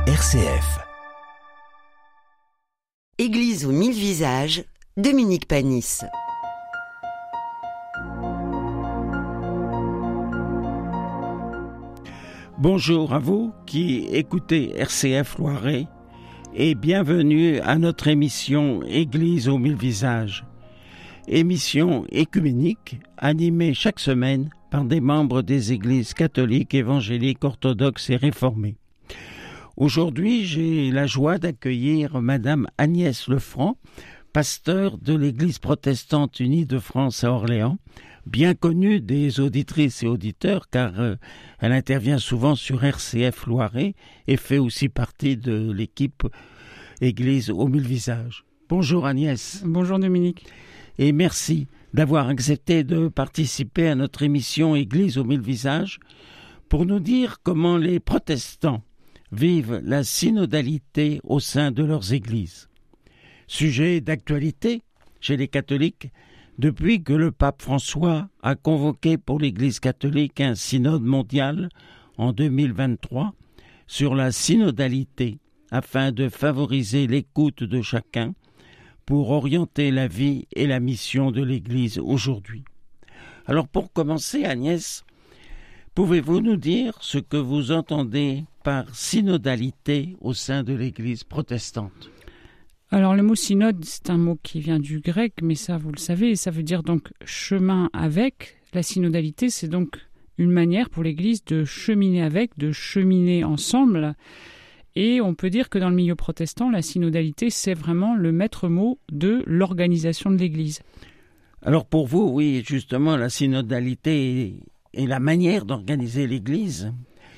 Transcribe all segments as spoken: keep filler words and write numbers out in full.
R C F. Église aux mille visages, Dominique Panis. Bonjour à vous qui écoutez R C F Loiret et bienvenue à notre émission Église aux mille visages. Émission écuménique animée chaque semaine par des membres des églises catholiques, évangéliques, orthodoxes et réformées. Aujourd'hui, j'ai la joie d'accueillir Madame Agnès Lefranc, pasteur de l'Église protestante unie de France à Orléans, bien connue des auditrices et auditeurs car euh, elle intervient souvent sur R C F Loiret et fait aussi partie de l'équipe Église aux mille visages. Bonjour Agnès. Bonjour Dominique. Et merci d'avoir accepté de participer à notre émission Église aux mille visages pour nous dire comment les protestants vivent la synodalité au sein de leurs églises. Sujet d'actualité chez les catholiques depuis que le pape François a convoqué pour l'Église catholique un synode mondial en deux mille vingt-trois sur la synodalité afin de favoriser l'écoute de chacun pour orienter la vie et la mission de l'Église aujourd'hui. Alors pour commencer, Agnès, pouvez-vous nous dire ce que vous entendez par synodalité au sein de l'Église protestante ? Alors le mot synode, c'est un mot qui vient du grec, mais ça vous le savez, ça veut dire donc chemin avec. La synodalité, c'est donc une manière pour l'Église de cheminer avec, de cheminer ensemble. Et on peut dire que dans le milieu protestant, la synodalité, c'est vraiment le maître mot de l'organisation de l'Église. Alors pour vous, oui, justement, la synodalité est la manière d'organiser l'Église.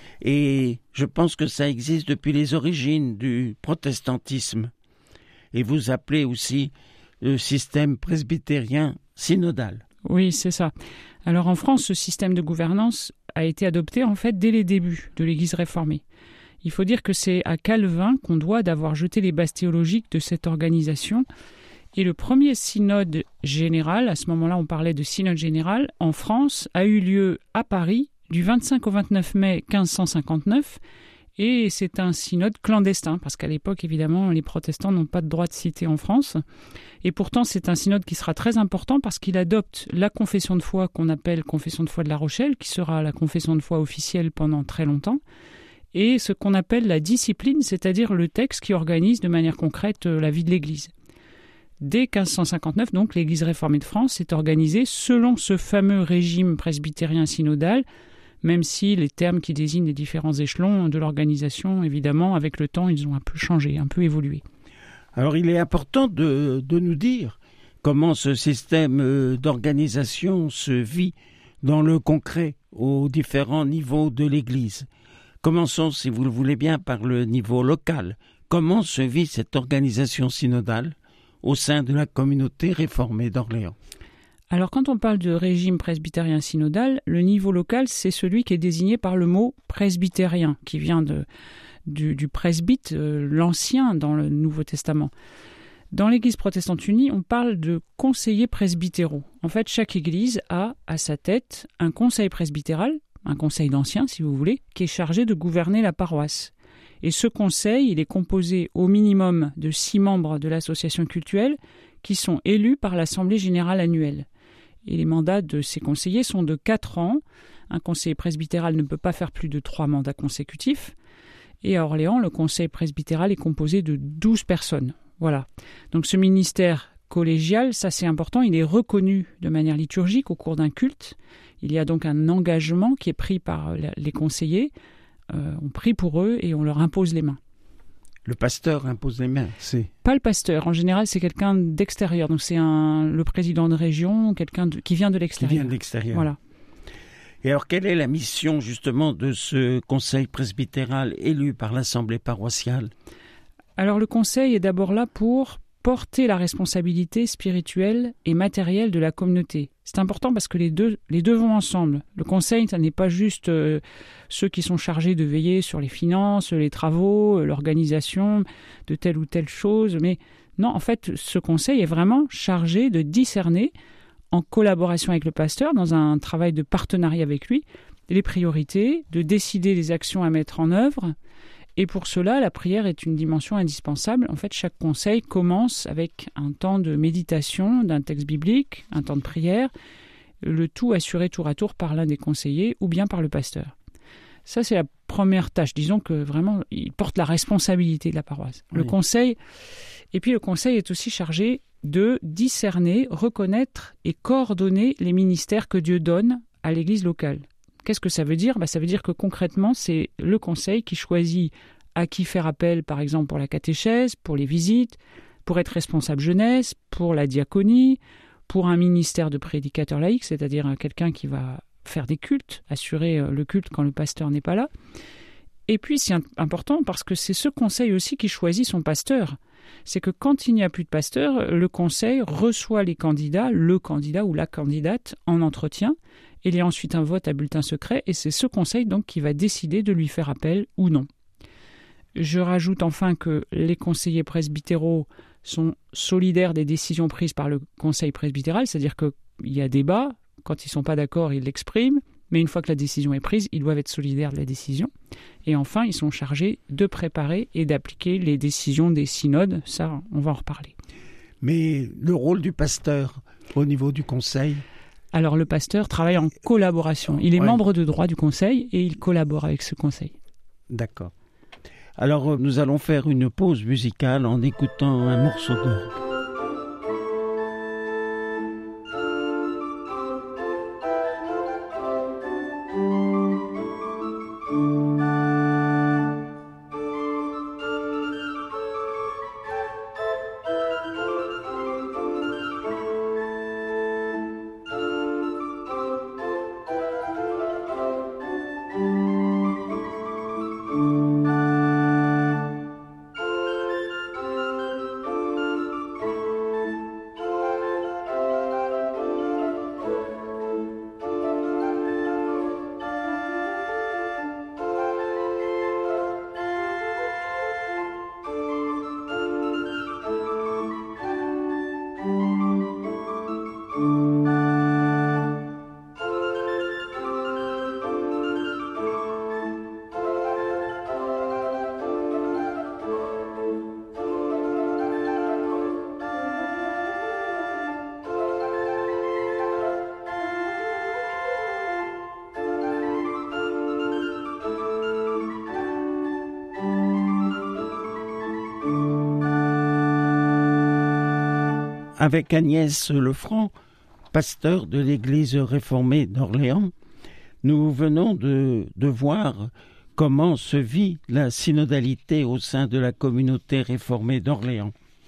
Et je pense que ça existe depuis les origines du protestantisme. Et vous appelez aussi le système presbytérien synodal. Oui, c'est ça. Alors en France, ce système de gouvernance a été adopté en fait dès les débuts de l'Église réformée. Il faut dire que c'est à Calvin qu'on doit d'avoir jeté les bases théologiques de cette organisation. Et le premier synode général, à ce moment-là on parlait de synode général, en France, a eu lieu à Paris du vingt-cinq au vingt-neuf mai quinze cent cinquante-neuf. Et c'est un synode clandestin, parce qu'à l'époque, évidemment, les protestants n'ont pas de droit de cité en France. Et pourtant, c'est un synode qui sera très important parce qu'il adopte la confession de foi qu'on appelle confession de foi de La Rochelle, qui sera la confession de foi officielle pendant très longtemps, et ce qu'on appelle la discipline, c'est-à-dire le texte qui organise de manière concrète la vie de l'Église. Dès quinze cent cinquante-neuf, donc, l'Église réformée de France s'est organisée selon ce fameux régime presbytérien synodal, même si les termes qui désignent les différents échelons de l'organisation, évidemment, avec le temps, ils ont un peu changé, un peu évolué. Alors, il est important de, de nous dire comment ce système d'organisation se vit dans le concret aux différents niveaux de l'Église. Commençons, si vous le voulez bien, par le niveau local. Comment se vit cette organisation synodale au sein de la communauté réformée d'Orléans ? Alors quand on parle de régime presbytérien synodal, le niveau local, c'est celui qui est désigné par le mot presbytérien, qui vient de, du, du presbyte, euh, l'ancien dans le Nouveau Testament. Dans l'Église protestante unie, on parle de conseillers presbytéraux. En fait, chaque église a à sa tête un conseil presbytéral, un conseil d'anciens si vous voulez, qui est chargé de gouverner la paroisse. Et ce conseil, il est composé au minimum de six membres de l'association cultuelle qui sont élus par l'Assemblée générale annuelle. Et les mandats de ces conseillers sont de quatre ans. Un conseiller presbytéral ne peut pas faire plus de trois mandats consécutifs. Et à Orléans, le conseil presbytéral est composé de douze personnes. Voilà. Donc ce ministère collégial, ça c'est important, il est reconnu de manière liturgique au cours d'un culte. Il y a donc un engagement qui est pris par les conseillers. Euh, on prie pour eux et on leur impose les mains. Le pasteur impose les mains, c'est... Pas le pasteur, en général c'est quelqu'un d'extérieur, donc c'est un, le président de région, quelqu'un de, qui vient de l'extérieur. Qui vient de l'extérieur. Voilà. Et alors quelle est la mission justement de ce conseil presbytéral élu par l'assemblée paroissiale ? Alors le conseil est d'abord là pour porter la responsabilité spirituelle et matérielle de la communauté. C'est important parce que les deux, les deux vont ensemble. Le conseil, ça n'est pas juste euh, ceux qui sont chargés de veiller sur les finances, les travaux, l'organisation de telle ou telle chose, mais non, en fait, ce conseil est vraiment chargé de discerner, en collaboration avec le pasteur, dans un travail de partenariat avec lui, les priorités, de décider les actions à mettre en œuvre Et pour cela, la prière est une dimension indispensable. En fait, chaque conseil commence avec un temps de méditation d'un texte biblique, un temps de prière, le tout assuré tour à tour par l'un des conseillers ou bien par le pasteur. Ça, c'est la première tâche. Disons que vraiment, il porte la responsabilité de la paroisse. Oui. Le conseil, et puis le conseil est aussi chargé de discerner, reconnaître et coordonner les ministères que Dieu donne à l'Église locale. Qu'est-ce que ça veut dire ? Bah, ça veut dire que concrètement, c'est le conseil qui choisit à qui faire appel, par exemple, pour la catéchèse, pour les visites, pour être responsable jeunesse, pour la diaconie, pour un ministère de prédicateur laïque, c'est-à-dire quelqu'un qui va faire des cultes, assurer le culte quand le pasteur n'est pas là. Et puis, c'est important parce que c'est ce conseil aussi qui choisit son pasteur. C'est que quand il n'y a plus de pasteur, le conseil reçoit les candidats, le candidat ou la candidate en entretien. Il y a ensuite un vote à bulletin secret et c'est ce conseil donc qui va décider de lui faire appel ou non. Je rajoute enfin que les conseillers presbytéraux sont solidaires des décisions prises par le conseil presbytéral, c'est-à-dire qu'il y a débat, quand ils ne sont pas d'accord, ils l'expriment, mais une fois que la décision est prise, ils doivent être solidaires de la décision. Et enfin, ils sont chargés de préparer et d'appliquer les décisions des synodes, ça, on va en reparler. Mais le rôle du pasteur au niveau du conseil ? Alors le pasteur travaille en collaboration. Il est ouais. membre de droit du conseil et il collabore avec ce conseil. D'accord. Alors nous allons faire une pause musicale en écoutant un morceau d'orgue. Avec Agnès Lefranc, pasteur de l'église réformée d'Orléans, nous venons de, de voir comment se vit la synodalité au sein de la communauté réformée d'Orléans.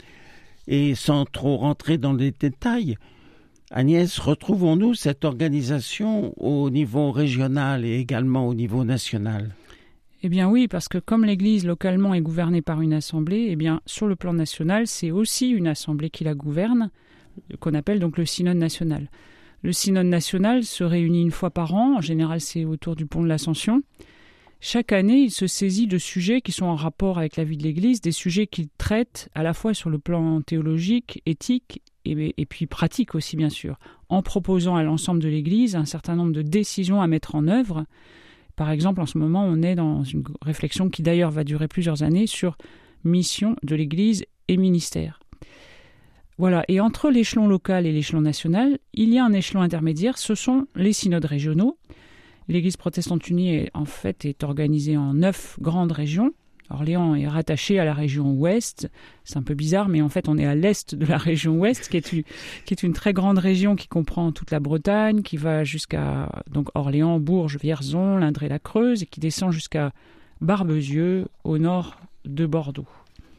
Et sans trop rentrer dans les détails, Agnès, retrouvons-nous cette organisation au niveau régional et également au niveau national ? Eh bien oui, parce que comme l'Église localement est gouvernée par une assemblée, eh bien sur le plan national, c'est aussi une assemblée qui la gouverne, qu'on appelle donc le synode national. Le synode national se réunit une fois par an, en général c'est autour du pont de l'Ascension. Chaque année, il se saisit de sujets qui sont en rapport avec la vie de l'Église, des sujets qu'il traite à la fois sur le plan théologique, éthique et, et puis pratique aussi bien sûr, en proposant à l'ensemble de l'Église un certain nombre de décisions à mettre en œuvre. Par exemple, en ce moment, on est dans une réflexion qui d'ailleurs va durer plusieurs années sur mission de l'Église et ministère. Voilà, et entre l'échelon local et l'échelon national, il y a un échelon intermédiaire, ce sont les synodes régionaux. L'Église protestante unie, est, en fait, est organisée en neuf grandes régions. Orléans est rattaché à la région ouest. C'est un peu bizarre, mais en fait, on est à l'est de la région ouest, qui est une, qui est une très grande région qui comprend toute la Bretagne, qui va jusqu'à donc Orléans, Bourges, Vierzon, l'Indre-et-la-Creuse, et qui descend jusqu'à Barbezieux, au nord de Bordeaux.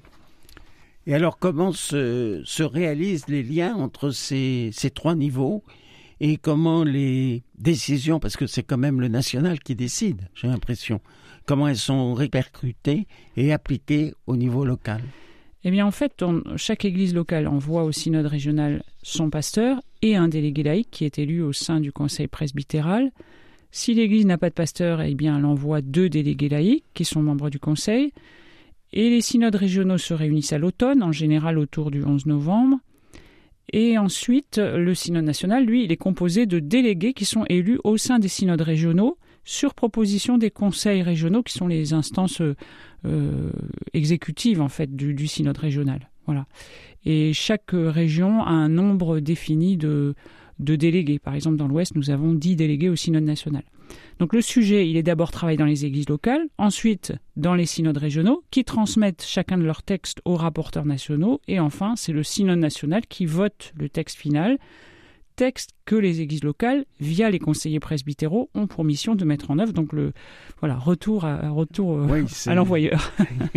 Et alors, comment se, se réalisent les liens entre ces, ces trois niveaux et comment les décisions, parce que c'est quand même le national qui décide, j'ai l'impression, comment elles sont répercutées et appliquées au niveau local? Eh bien, en fait, on, chaque église locale envoie au synode régional son pasteur et un délégué laïque qui est élu au sein du conseil presbytéral. Si l'église n'a pas de pasteur, eh bien, elle envoie deux délégués laïques qui sont membres du conseil. Et les synodes régionaux se réunissent à l'automne, en général autour du onze novembre. Et ensuite, le synode national, lui, il est composé de délégués qui sont élus au sein des synodes régionaux sur proposition des conseils régionaux, qui sont les instances euh, exécutives en fait du, du synode régional. Voilà. Et chaque région a un nombre défini de, de délégués. Par exemple, dans l'Ouest, nous avons dix délégués au synode national. Donc le sujet, il est d'abord travaillé dans les églises locales, ensuite dans les synodes régionaux, qui transmettent chacun de leurs textes aux rapporteurs nationaux, et enfin, c'est le synode national qui vote le texte final, texte que les églises locales, via les conseillers presbytéraux, ont pour mission de mettre en œuvre. Donc le voilà, retour à, retour oui, à l'envoyeur.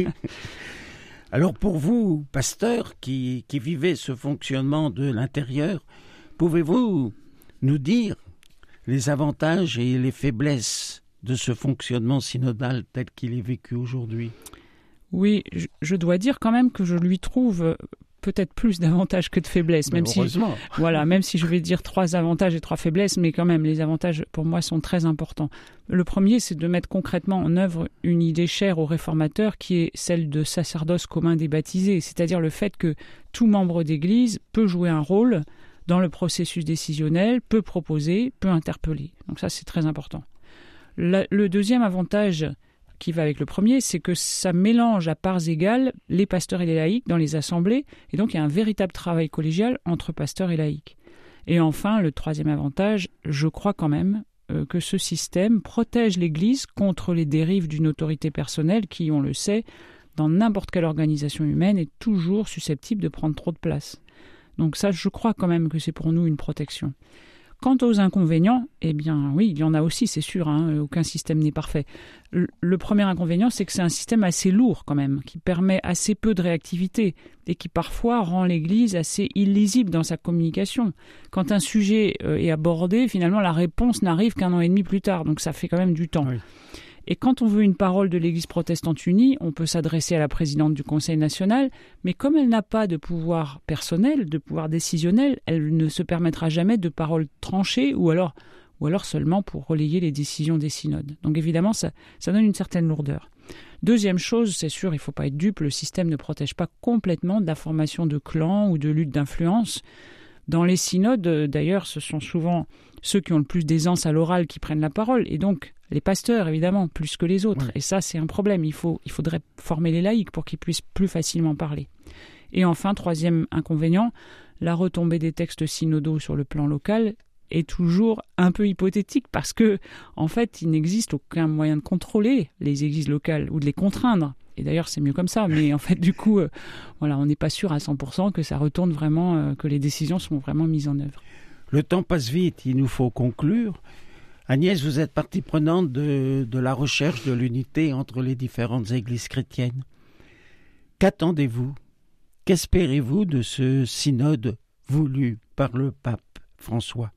Alors pour vous, pasteurs qui, qui vivez ce fonctionnement de l'intérieur, pouvez-vous nous dire les avantages et les faiblesses de ce fonctionnement synodal tel qu'il est vécu aujourd'hui? Oui, je, je dois dire quand même que je lui trouve peut-être plus d'avantages que de faiblesses. Même si, voilà, même si je vais dire trois avantages et trois faiblesses, mais quand même, les avantages, pour moi, sont très importants. Le premier, c'est de mettre concrètement en œuvre une idée chère aux réformateurs, qui est celle de sacerdoce commun des baptisés, c'est-à-dire le fait que tout membre d'Église peut jouer un rôle dans le processus décisionnel, peut proposer, peut interpeller. Donc ça, c'est très important. La, le deuxième avantage qui va avec le premier, c'est que ça mélange à parts égales les pasteurs et les laïcs dans les assemblées, et donc il y a un véritable travail collégial entre pasteurs et laïcs. Et enfin, le troisième avantage, je crois quand même euh, que ce système protège l'Église contre les dérives d'une autorité personnelle qui, on le sait, dans n'importe quelle organisation humaine, est toujours susceptible de prendre trop de place. Donc ça, je crois quand même que c'est pour nous une protection. Quant aux inconvénients, eh bien oui, il y en a aussi, c'est sûr, hein, aucun système n'est parfait. Le, le premier inconvénient, c'est que c'est un système assez lourd quand même, qui permet assez peu de réactivité et qui parfois rend l'Église assez illisible dans sa communication. Quand un sujet euh, est abordé, finalement la réponse n'arrive qu'un an et demi plus tard, donc ça fait quand même du temps. Oui. Et quand on veut une parole de l'Église protestante unie, on peut s'adresser à la présidente du Conseil national, mais comme elle n'a pas de pouvoir personnel, de pouvoir décisionnel, elle ne se permettra jamais de paroles tranchées ou alors, ou alors seulement pour relayer les décisions des synodes. Donc évidemment, ça, ça donne une certaine lourdeur. Deuxième chose, c'est sûr, il ne faut pas être dupe, le système ne protège pas complètement de la formation de clans ou de lutte d'influence. Dans les synodes, d'ailleurs, ce sont souvent ceux qui ont le plus d'aisance à l'oral qui prennent la parole, et donc les pasteurs, évidemment, plus que les autres. Oui. Et ça, c'est un problème. Il faut, il faudrait former les laïcs pour qu'ils puissent plus facilement parler. Et enfin, troisième inconvénient, la retombée des textes synodaux sur le plan local est toujours un peu hypothétique parce que, en fait, il n'existe aucun moyen de contrôler les églises locales ou de les contraindre. Et d'ailleurs, c'est mieux comme ça. Mais en fait, du coup, euh, voilà, on n'est pas sûr à cent pour cent que ça retourne vraiment, euh, que les décisions sont vraiment mises en œuvre. Le temps passe vite, il nous faut conclure. Agnès, vous êtes partie prenante de, de la recherche de l'unité entre les différentes églises chrétiennes. Qu'attendez-vous? Qu'espérez-vous de ce synode voulu par le pape François?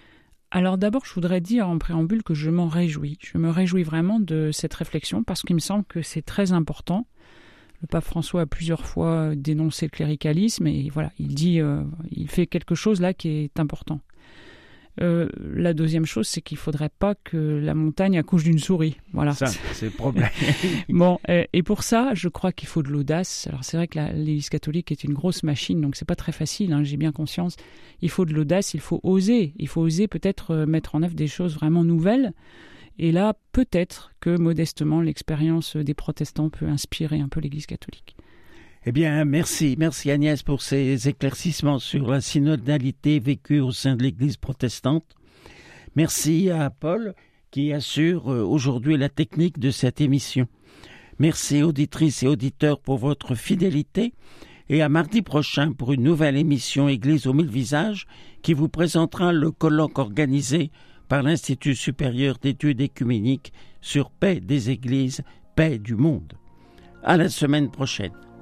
Alors d'abord, je voudrais dire en préambule que je m'en réjouis. Je me réjouis vraiment de cette réflexion parce qu'il me semble que c'est très important. Le pape François a plusieurs fois dénoncé le cléricalisme et voilà, il dit, euh, il fait quelque chose là qui est important. Euh, la deuxième chose, c'est qu'il ne faudrait pas que la montagne accouche d'une souris. Voilà. Ça, c'est le problème. Bon, et, et pour ça, je crois qu'il faut de l'audace. Alors c'est vrai que la, l'Église catholique est une grosse machine, donc c'est pas très facile, hein, j'ai bien conscience. Il faut de l'audace, il faut oser. Il faut oser peut-être mettre en œuvre des choses vraiment nouvelles. Et là, peut-être que modestement, l'expérience des protestants peut inspirer un peu l'Église catholique. Eh bien, merci. Merci Agnès pour ces éclaircissements sur la synodalité vécue au sein de l'Église protestante. Merci à Paul qui assure aujourd'hui la technique de cette émission. Merci auditrices et auditeurs pour votre fidélité et à mardi prochain pour une nouvelle émission Église aux mille visages qui vous présentera le colloque organisé par l'Institut supérieur d'études écuméniques sur paix des églises, paix du monde. À la semaine prochaine.